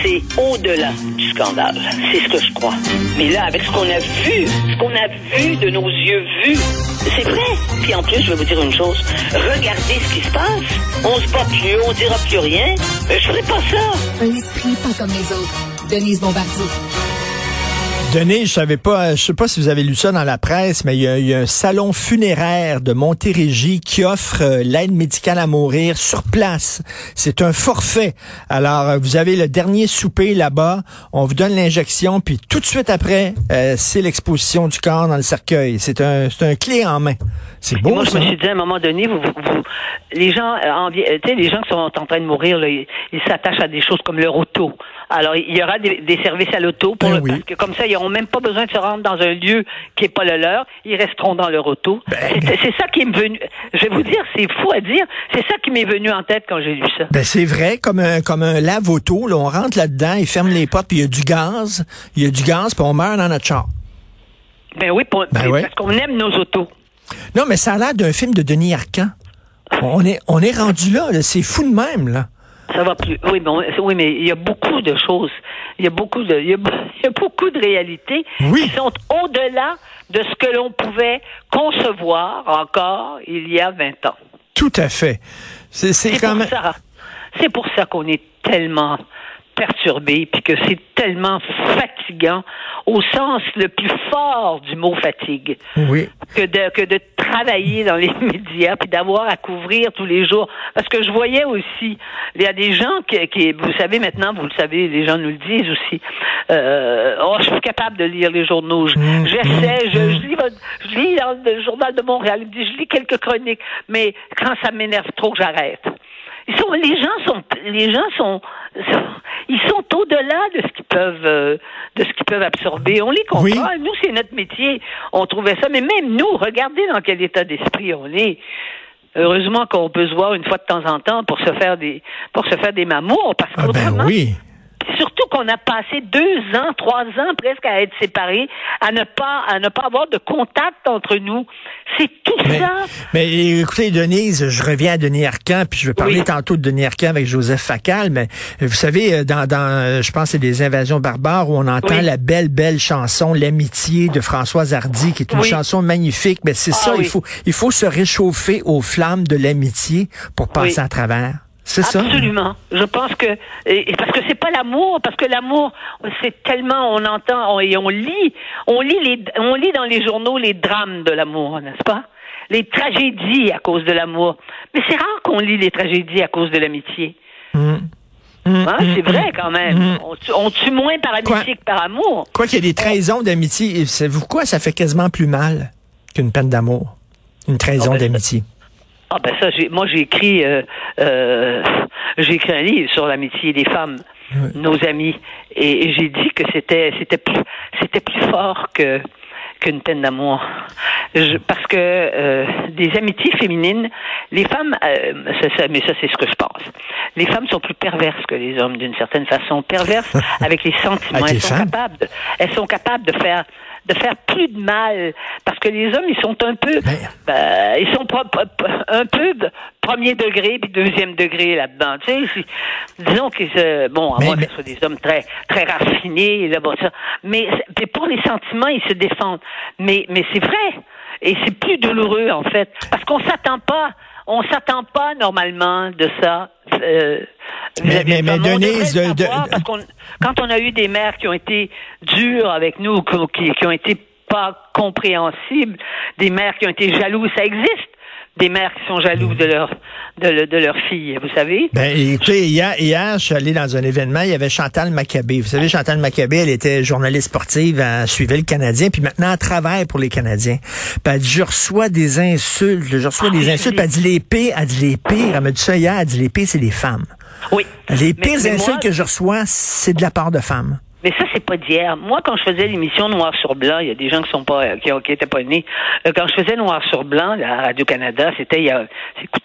c'est au-delà du scandale. C'est ce que je crois. Mais là, avec ce qu'on a vu de nos yeux vus, c'est vrai. Puis en plus, je vais vous dire une chose. Regardez ce qui se passe. On se bat plus, on dira plus rien. Je ferai pas ça. Un esprit pas comme les autres. Denise Bombardier. Denise, je sais pas si vous avez lu ça dans la presse, mais il y a un salon funéraire de Montérégie qui offre l'aide médicale à mourir sur place. C'est un forfait. Alors, vous avez le dernier souper là-bas, on vous donne l'injection, puis tout de suite après, c'est l'exposition du corps dans le cercueil. C'est un clé en main. C'est beau, moi, ça. Je me suis dit à un moment donné, les gens, les gens qui sont en train de mourir, là, ils s'attachent à des choses comme leur auto. Alors, il y aura des services à l'auto parce que comme ça, ils n'auront même pas besoin de se rendre dans un lieu qui n'est pas le leur. Ils resteront dans leur auto. C'est ça qui m'est venu. Je vais vous dire, c'est fou à dire. C'est ça qui m'est venu en tête quand j'ai lu ça. C'est vrai, comme un lave-auto. Là, on rentre là-dedans, ils ferment les portes, puis il y a du gaz. Il y a du gaz, puis on meurt dans notre char. Oui, parce qu'on aime nos autos. Non, mais ça a l'air d'un film de Denis Arcand. On est rendu là. C'est fou de même, là. Ça va plus. Oui, mais il y a beaucoup de choses. Il y a beaucoup de réalités qui sont au-delà de ce que l'on pouvait concevoir encore il y a 20 ans. Tout à fait. C'est quand même... C'est pour ça qu'on est tellement perturbé, puis que c'est tellement fatigant au sens le plus fort du mot fatigue. Oui. Que de travailler dans les médias puis d'avoir à couvrir tous les jours. Parce que je voyais aussi, il y a des gens qui vous savez maintenant, vous le savez, les gens nous le disent aussi. Je suis capable de lire les journaux. J'essaie, je lis dans le journal de Montréal. Il me dit, je lis quelques chroniques, mais quand ça m'énerve trop, j'arrête. Les gens sont ils sont au-delà de ce qu'ils peuvent absorber. On les comprend. Oui. Nous, c'est notre métier. On trouvait ça. Mais même nous, regardez dans quel état d'esprit on est. Heureusement qu'on peut se voir une fois de temps en temps pour se faire des mamours, parce qu'autrement, oui. Surtout qu'on a passé 2 ans, 3 ans presque à être séparés, à ne pas avoir de contact entre nous. C'est tout ça. Mais écoutez, Denise, je reviens à Denis Arcand, puis je vais parler tantôt de Denis Arcand avec Joseph Facal, mais vous savez, dans je pense que c'est des Invasions barbares où on entend la belle chanson L'amitié de Françoise Hardy, qui est une chanson magnifique. Mais c'est ça, il faut se réchauffer aux flammes de l'amitié pour passer à travers. C'est ça. Absolument. Je pense que parce que c'est pas l'amour, parce que l'amour, c'est tellement on entend et on lit dans les journaux les drames de l'amour, n'est-ce pas? Les tragédies à cause de l'amour. Mais c'est rare qu'on lit les tragédies à cause de l'amitié. C'est vrai quand même. On tue moins par amitié que par amour. Quoi qu'il y ait des trahisons d'amitié, savez-vous quoi? Ça fait quasiment plus mal qu'une peine d'amour. Une trahison d'amitié. J'ai écrit un livre sur l'amitié des femmes, nos amis, et j'ai dit que c'était plus fort qu'une peine d'amour, parce que des amitiés féminines, les femmes, mais ça c'est ce que je pense. Les femmes sont plus perverses que les hommes d'une certaine façon, perverses avec les sentiments. Elles sont capables de faire plus de mal, parce que les hommes, ils sont un peu, ils sont un peu de premier degré puis deuxième degré là-dedans. Tu sais, disons que moins que ce soit des hommes très très raffinés, là, ça. Mais pour les sentiments, ils se défendent. Mais c'est vrai, et c'est plus douloureux en fait, parce qu'on s'attend pas normalement de ça. Mais Denise, quand on a eu des mères qui ont été dures avec nous, qui ont été pas compréhensibles, des mères qui ont été jalouses, ça existe. Des mères qui sont jalouses de leur fille, vous savez? Écoutez, hier, je suis allé dans un événement, il y avait Chantal Maccabé. Vous savez, Chantal Maccabé, elle était journaliste sportive, elle suivait le Canadien, puis maintenant, elle travaille pour les Canadiens. Puis elle dit, je reçois des insultes, puis elle dit les pires, elle m'a dit ça hier, elle dit les pires, c'est les femmes. Oui. Les pires insultes que je reçois, c'est de la part de femmes. Mais ça, c'est pas d'hier. Moi, quand je faisais l'émission Noir sur Blanc, il y a des gens qui étaient pas nés. Quand je faisais Noir sur Blanc, à Radio-Canada, c'était il y a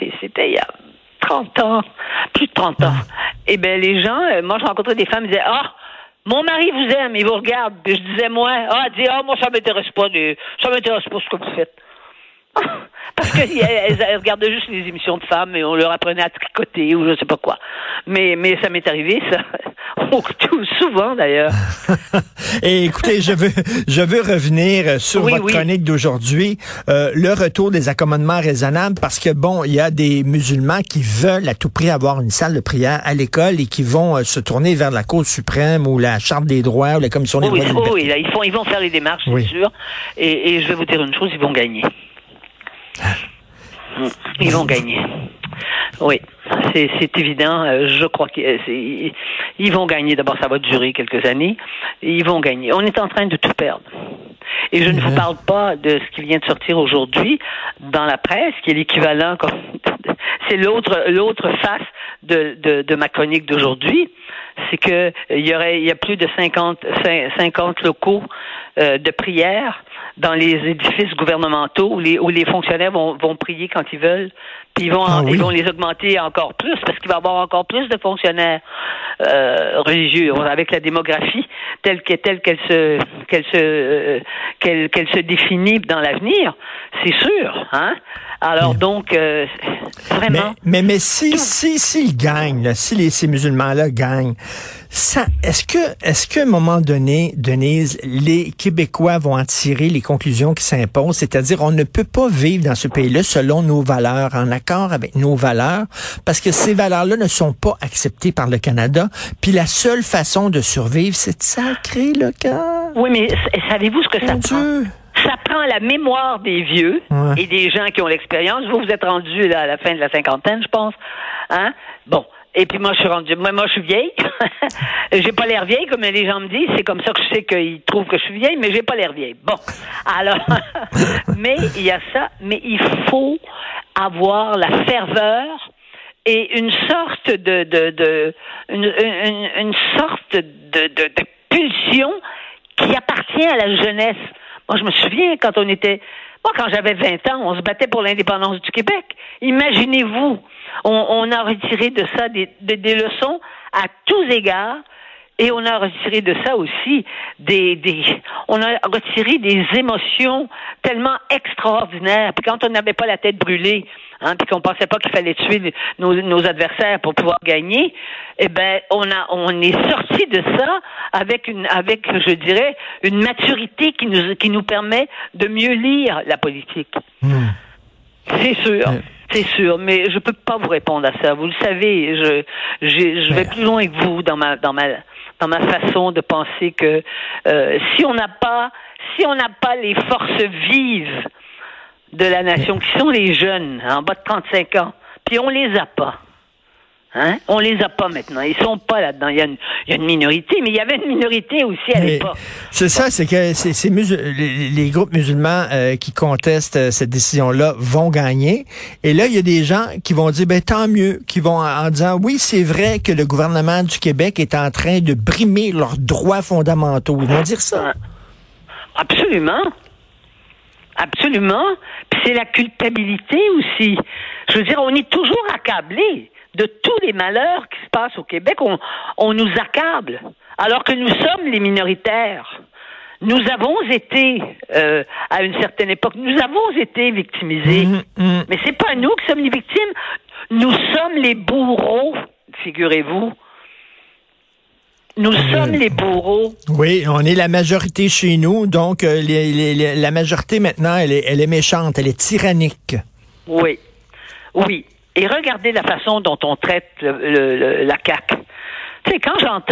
30 ans. Plus de 30 ans. Et les gens, moi, je rencontrais des femmes, ils disaient, mon mari vous aime, il vous regarde. Puis je disais, moi, moi, ça m'intéresse pas ce que vous faites. Parce qu'elles regardaient juste les émissions de femmes et on leur apprenait à tricoter ou je sais pas quoi. Mais ça m'est arrivé, ça. Tout souvent, d'ailleurs. Et écoutez, je veux revenir sur votre chronique d'aujourd'hui, le retour des accommodements raisonnables, parce que bon, il y a des musulmans qui veulent à tout prix avoir une salle de prière à l'école et qui vont se tourner vers la Cour suprême ou la Charte des droits ou la Commission des droits de liberté. Oui, là, ils vont faire les démarches, c'est sûr. Et je vais vous dire une chose, ils vont gagner. Ils vont gagner. Oui, c'est évident. Je crois qu'ils vont gagner. D'abord, ça va durer quelques années. Ils vont gagner. On est en train de tout perdre. Et je ne vous parle pas de ce qui vient de sortir aujourd'hui dans la presse, qui est l'équivalent. C'est l'autre face de ma chronique d'aujourd'hui. C'est que il y a plus de 50 locaux de prière dans les édifices gouvernementaux où les fonctionnaires vont prier quand ils veulent, puis ils vont les augmenter encore plus parce qu'il va y avoir encore plus de fonctionnaires religieux avec la démographie telle qu'elle se définit dans l'avenir, c'est sûr, hein. Alors donc vraiment. Mais s'ils gagnent, là, si ces musulmans-là gagnent, ça, est-ce que à un moment donné, Denise, les Québécois vont en tirer les conclusions qui s'imposent, c'est-à-dire on ne peut pas vivre dans ce pays-là selon nos valeurs, en accord avec nos valeurs, parce que ces valeurs-là ne sont pas acceptées par le Canada. Puis la seule façon de survivre, c'est de sacrer le camp. Oui, mais savez-vous ce que ça prend? Ça prend la mémoire des vieux et des gens qui ont l'expérience. Vous êtes rendu là, à la fin de la cinquantaine, je pense. Hein? Bon. Et puis moi, je suis vieille. J'ai pas l'air vieille, comme les gens me disent. C'est comme ça que je sais qu'ils trouvent que je suis vieille, mais j'ai pas l'air vieille. Bon. Alors, mais il y a ça. Mais il faut avoir la ferveur et une sorte une sorte de pulsion qui appartient à la jeunesse. Moi, je me souviens quand quand j'avais 20 ans, on se battait pour l'indépendance du Québec. Imaginez-vous, on a retiré de ça des leçons à tous égards, et on a retiré de ça aussi on a retiré des émotions tellement extraordinaires. Puis quand on n'avait pas la tête brûlée, puis qu'on pensait pas qu'il fallait tuer nos adversaires pour pouvoir gagner, eh ben on est sorti de ça avec je dirais une maturité qui nous permet de mieux lire la politique. C'est sûr. C'est sûr, mais je peux pas vous répondre à ça. Vous le savez, je vais plus loin que vous dans ma façon de penser que si on n'a pas les forces vives de la nation, qui sont les jeunes en bas de 35 ans, puis on les a pas. Hein? On les a pas maintenant. Ils sont pas là-dedans. Il y a une minorité, mais il y avait une minorité aussi à l'époque. C'est ça, c'est que les groupes musulmans qui contestent cette décision-là vont gagner. Et là, il y a des gens qui vont dire, tant mieux, qui vont en disant, oui, c'est vrai que le gouvernement du Québec est en train de brimer leurs droits fondamentaux. Ils vont dire ça. Absolument. Absolument. Puis c'est la culpabilité aussi. Je veux dire, on est toujours accablé de tous les malheurs qui se passent au Québec. On nous accable, alors que nous sommes les minoritaires. Nous avons été, à une certaine époque, nous avons été victimisés. Mais c'est pas nous qui sommes les victimes. Nous sommes les bourreaux, figurez-vous. Nous sommes les bourreaux. Oui, on est la majorité chez nous, donc la majorité maintenant, elle est méchante, elle est tyrannique. Oui. Et regardez la façon dont on traite la CAQ. Tu sais,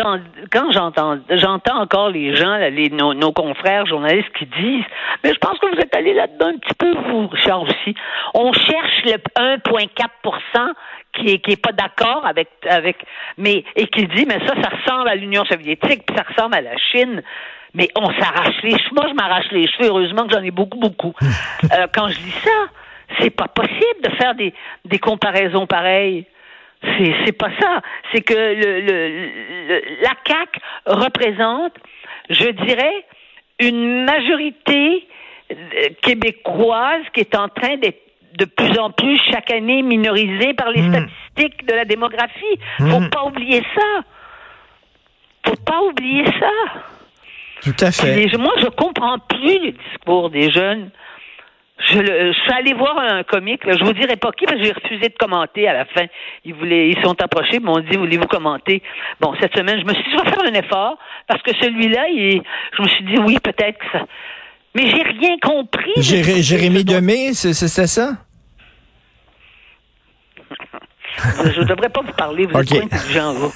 j'entends encore les gens, nos confrères journalistes qui disent, mais je pense que vous êtes allé là-dedans un petit peu, vous, Richard, aussi. On cherche le 1,4% qui est pas d'accord avec, et qui dit, mais ça ressemble à l'Union soviétique, puis ça ressemble à la Chine. Mais on s'arrache les cheveux. Moi, je m'arrache les cheveux. Heureusement que j'en ai beaucoup. Quand je dis ça, c'est pas possible de faire des comparaisons pareilles. C'est pas ça. C'est que la CAQ représente, je dirais, une majorité québécoise qui est en train d'être de plus en plus chaque année minorisée par les statistiques de la démographie. Faut pas oublier ça. Tout à fait. Moi, je comprends plus le discours des jeunes. Je suis allé voir un comique, là, je vous dirai pas qui, parce que j'ai refusé de commenter à la fin. Ils sont approchés, m'ont dit, voulez-vous commenter? Bon, cette semaine, je me suis dit, je vais faire un effort, parce que celui-là, je me suis dit, oui, peut-être que ça... Mais j'ai rien compris. Jérémy Demé, c'est ça? Je ne devrais pas vous parler, vous êtes pas intelligent, vous.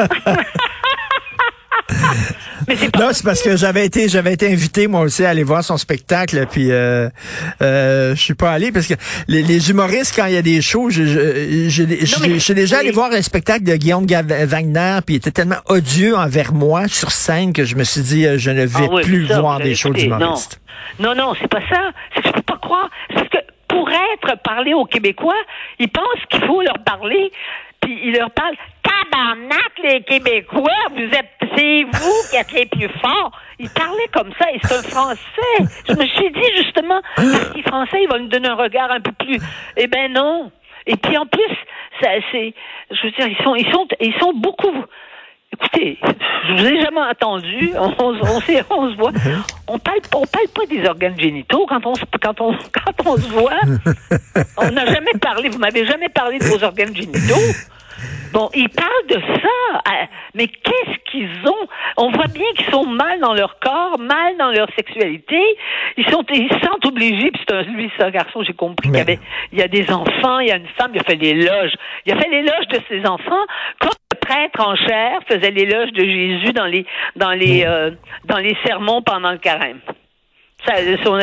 Mais c'est non, c'est parce que j'avais été invité moi aussi à aller voir son spectacle, puis je suis pas allé parce que les humoristes, quand il y a des shows, je suis déjà allé voir un spectacle de Guillaume Wagner, puis il était tellement odieux envers moi sur scène que je me suis dit je ne vais plus voir des shows d'humoristes. Non, c'est pas ça. C'est que je peux pas croire. C'est que pour être parlé aux Québécois, ils pensent qu'il faut leur parler, puis ils leur parlent. Tabarnak, les Québécois, c'est vous qui êtes les plus forts. Il parlait comme ça, et c'est un Français. Je me suis dit, justement, parce qu'il est français, il va nous donner un regard un peu plus... Eh ben non. Et puis en plus, je veux dire, ils sont beaucoup... Écoutez, je vous ai jamais entendu, on se voit. On parle pas des organes génitaux quand on se voit. On n'a jamais parlé, vous m'avez jamais parlé de vos organes génitaux. Bon, ils parlent de ça, mais qu'est-ce qu'ils ont? On voit bien qu'ils sont mal dans leur corps, mal dans leur sexualité. Ils se sentent obligés, puis c'est un garçon, j'ai compris il y a des enfants, il y a une femme, il a fait l'éloge. Il a fait l'éloge de ses enfants, comme le prêtre en chair faisait l'éloge de Jésus dans les sermons pendant le carême. Ça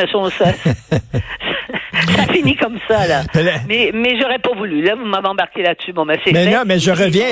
finit comme ça, là. Mais j'aurais pas voulu. Là, vous m'avez embarqué là-dessus. Bon, ben, c'est fait. Non, mais je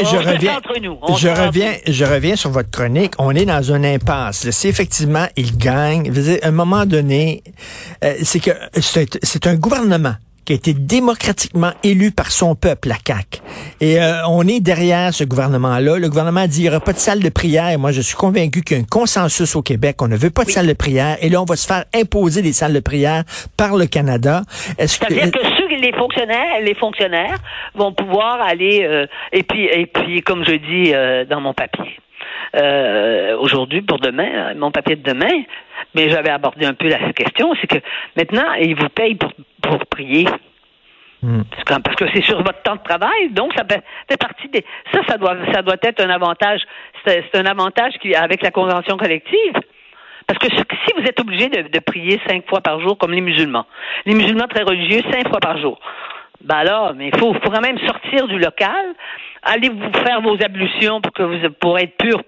reviens sur votre chronique. On est dans une impasse. Si effectivement il gagne, à un moment donné, c'est que c'est un gouvernement qui a été démocratiquement élu par son peuple, la CAQ. Et on est derrière ce gouvernement-là. Le gouvernement a dit, il n'y aura pas de salle de prière. Moi, je suis convaincu qu'il y a un consensus au Québec. On ne veut pas de salle de prière. Et là, on va se faire imposer des salles de prière par le Canada. C'est-à-dire que les fonctionnaires vont pouvoir aller... et puis, comme je dis dans mon papier, aujourd'hui, pour demain, mon papier de demain, mais j'avais abordé un peu la question, c'est que maintenant, ils vous payent pour prier. Parce que c'est sur votre temps de travail, donc ça fait partie des... Ça doit être un avantage. C'est un avantage avec la convention collective. Parce que si vous êtes obligé de prier 5 fois par jour, comme les musulmans très religieux, 5 fois par jour, ben alors, mais il faut quand même sortir du local, aller vous faire vos ablutions pour être pur,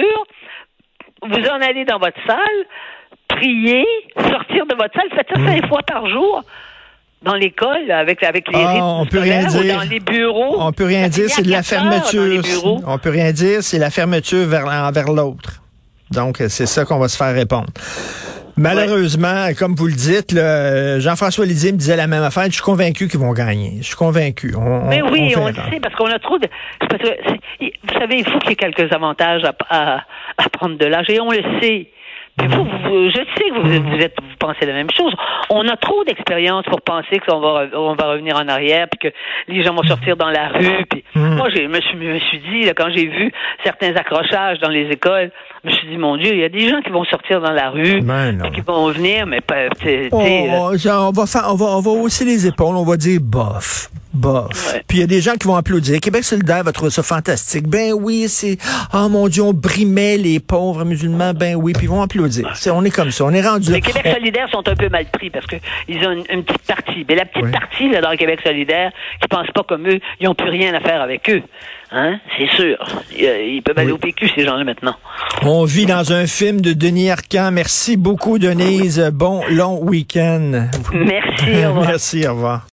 vous en allez dans votre salle, prier, sortir de votre salle, faites ça 5 fois par jour. Dans l'école, avec les rythmes on peut rien dire. Dans les bureaux. On peut rien dire, c'est de la fermeture. On peut rien dire, c'est la fermeture envers l'autre. Donc, c'est ça qu'on va se faire répondre. Malheureusement, comme vous le dites, Jean-François Lisée me disait la même affaire. Je suis convaincu qu'ils vont gagner. Je suis convaincu. On le sait, parce qu'on a trop de... vous savez, il faut qu'il y ait quelques avantages à prendre de l'âge, et on le sait. Mais je sais que vous pensez la même chose. On a trop d'expérience pour penser qu'on va revenir en arrière, puis que les gens vont sortir dans la rue. Puis moi, je me suis dit, là, quand j'ai vu certains accrochages dans les écoles, je me suis dit, mon Dieu, il y a des gens qui vont sortir dans la rue, puis qui vont venir, mais on va hausser les épaules, on va dire bof. Ouais. Puis il y a des gens qui vont applaudir. Québec solidaire va trouver ça fantastique. Ben oui, mon Dieu, on brimait les pauvres musulmans. Ben oui, puis ils vont applaudir. On est comme ça, on est rendu. Les Québec solidaire sont un peu mal pris parce que ils ont une petite partie. Mais la petite partie là, dans le Québec solidaire qui pensent pas comme eux, ils n'ont plus rien à faire avec eux. Hein? C'est sûr. Ils peuvent aller au PQ, ces gens-là, maintenant. On vit dans un film de Denis Arcand. Merci beaucoup, Denise. Bon long week-end. Merci, au revoir. Merci, au revoir.